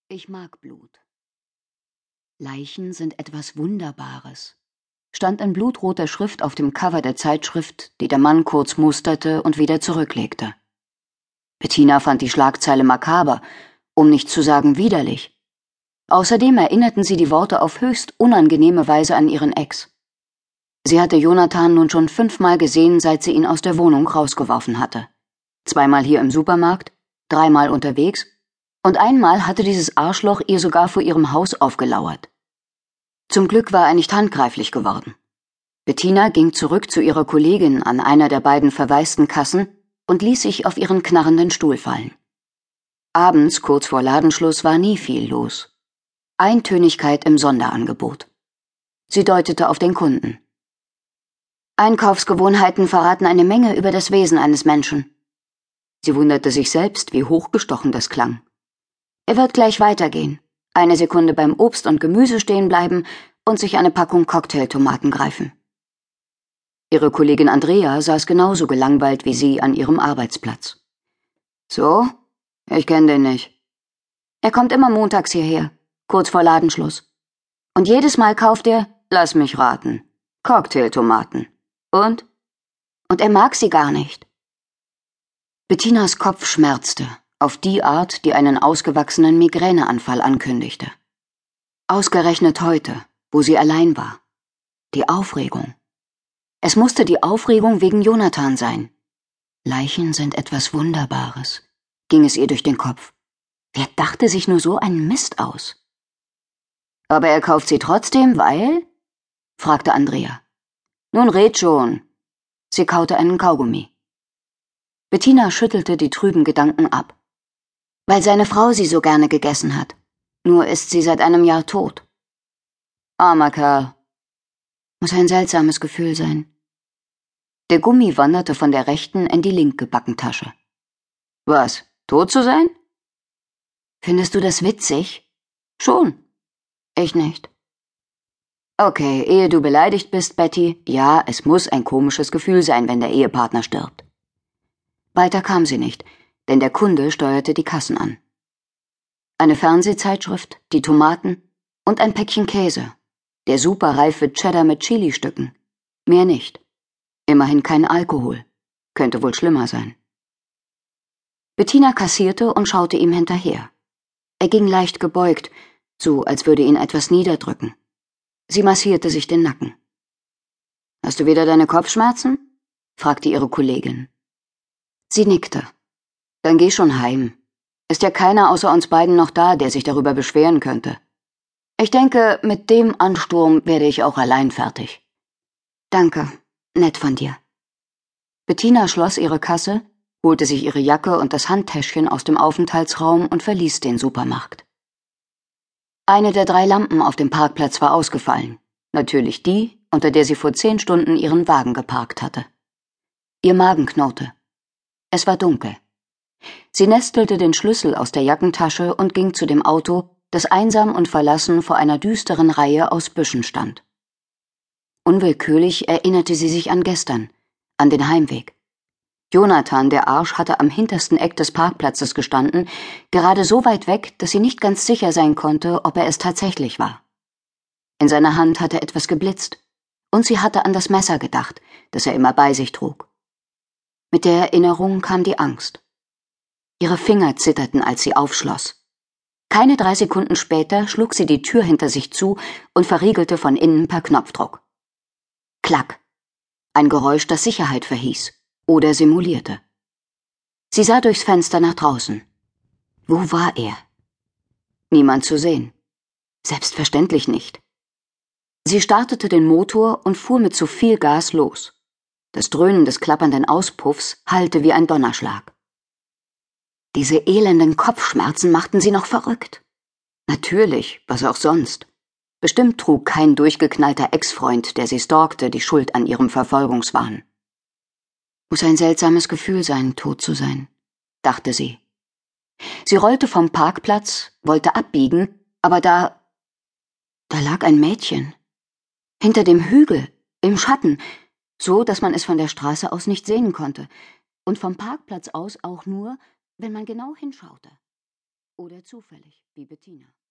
Ich mag Blut. Leichen sind etwas Wunderbares, stand in blutroter Schrift auf dem Cover der Zeitschrift, die der Mann kurz musterte und wieder zurücklegte. Bettina fand die Schlagzeile makaber, um nicht zu sagen widerlich. Außerdem erinnerten sie die Worte auf höchst unangenehme Weise an ihren Ex. Sie hatte Jonathan nun schon 5-mal gesehen, seit sie ihn aus der Wohnung rausgeworfen hatte. 2-mal hier im Supermarkt, 3-mal unterwegs, und einmal hatte dieses Arschloch ihr sogar vor ihrem Haus aufgelauert. Zum Glück war er nicht handgreiflich geworden. Bettina ging zurück zu ihrer Kollegin an einer der beiden verwaisten Kassen und ließ sich auf ihren knarrenden Stuhl fallen. Abends, kurz vor Ladenschluss, war nie viel los. Eintönigkeit im Sonderangebot. Sie deutete auf den Kunden. Einkaufsgewohnheiten verraten eine Menge über das Wesen eines Menschen. Sie wunderte sich selbst, wie hochgestochen das klang. Er wird gleich weitergehen, eine Sekunde beim Obst und Gemüse stehen bleiben und sich eine Packung Cocktailtomaten greifen. Ihre Kollegin Andrea saß genauso gelangweilt wie sie an ihrem Arbeitsplatz. So? Ich kenne den nicht. Er kommt immer montags hierher, kurz vor Ladenschluss. Und jedes Mal kauft er, lass mich raten, Cocktailtomaten. Und? Und er mag sie gar nicht. Bettinas Kopf schmerzte, auf die Art, die einen ausgewachsenen Migräneanfall ankündigte. Ausgerechnet heute, wo sie allein war. Die Aufregung. Es musste die Aufregung wegen Jonathan sein. Leichen sind etwas Wunderbares, ging es ihr durch den Kopf. Wer dachte sich nur so einen Mist aus? Aber er kauft sie trotzdem, weil? Fragte Andrea. Nun red schon. Sie kaute einen Kaugummi. Bettina schüttelte die trüben Gedanken ab. Weil seine Frau sie so gerne gegessen hat. Nur ist sie seit einem Jahr tot. Armer Kerl. Muss ein seltsames Gefühl sein. Der Gummi wanderte von der rechten in die linke Backentasche. Was, tot zu sein? Findest du das witzig? Schon. Ich nicht. Okay, ehe du beleidigt bist, Betty, ja, es muss ein komisches Gefühl sein, wenn der Ehepartner stirbt. Weiter kam sie nicht, denn der Kunde steuerte die Kassen an. Eine Fernsehzeitschrift, die Tomaten und ein Päckchen Käse, der superreife Cheddar mit Chilistücken. Mehr nicht. Immerhin kein Alkohol. Könnte wohl schlimmer sein. Bettina kassierte und schaute ihm hinterher. Er ging leicht gebeugt, so als würde ihn etwas niederdrücken. Sie massierte sich den Nacken. »Hast du wieder deine Kopfschmerzen?« fragte ihre Kollegin. Sie nickte. »Dann geh schon heim. Ist ja keiner außer uns beiden noch da, der sich darüber beschweren könnte. Ich denke, mit dem Ansturm werde ich auch allein fertig.« »Danke, nett von dir.« Bettina schloss ihre Kasse, holte sich ihre Jacke und das Handtäschchen aus dem Aufenthaltsraum und verließ den Supermarkt. Eine der 3 Lampen auf dem Parkplatz war ausgefallen, natürlich die, unter der sie vor 10 Stunden ihren Wagen geparkt hatte. Ihr Magen knurrte. Es war dunkel. Sie nestelte den Schlüssel aus der Jackentasche und ging zu dem Auto, das einsam und verlassen vor einer düsteren Reihe aus Büschen stand. Unwillkürlich erinnerte sie sich an gestern, an den Heimweg. Jonathan, der Arsch, hatte am hintersten Eck des Parkplatzes gestanden, gerade so weit weg, dass sie nicht ganz sicher sein konnte, ob er es tatsächlich war. In seiner Hand hatte etwas geblitzt, und sie hatte an das Messer gedacht, das er immer bei sich trug. Mit der Erinnerung kam die Angst. Ihre Finger zitterten, als sie aufschloss. Keine 3 Sekunden später schlug sie die Tür hinter sich zu und verriegelte von innen per Knopfdruck. Klack. Ein Geräusch, das Sicherheit verhieß oder simulierte. Sie sah durchs Fenster nach draußen. Wo war er? Niemand zu sehen. Selbstverständlich nicht. Sie startete den Motor und fuhr mit zu viel Gas los. Das Dröhnen des klappernden Auspuffs hallte wie ein Donnerschlag. Diese elenden Kopfschmerzen machten sie noch verrückt. Natürlich, was auch sonst. Bestimmt trug kein durchgeknallter Ex-Freund, der sie stalkte, die Schuld an ihrem Verfolgungswahn. Muss ein seltsames Gefühl sein, tot zu sein, dachte sie. Sie rollte vom Parkplatz, wollte abbiegen, aber da lag ein Mädchen. Hinter dem Hügel, im Schatten, so, dass man es von der Straße aus nicht sehen konnte, und vom Parkplatz aus auch nur, wenn man genau hinschaute. Oder zufällig, wie Bettina.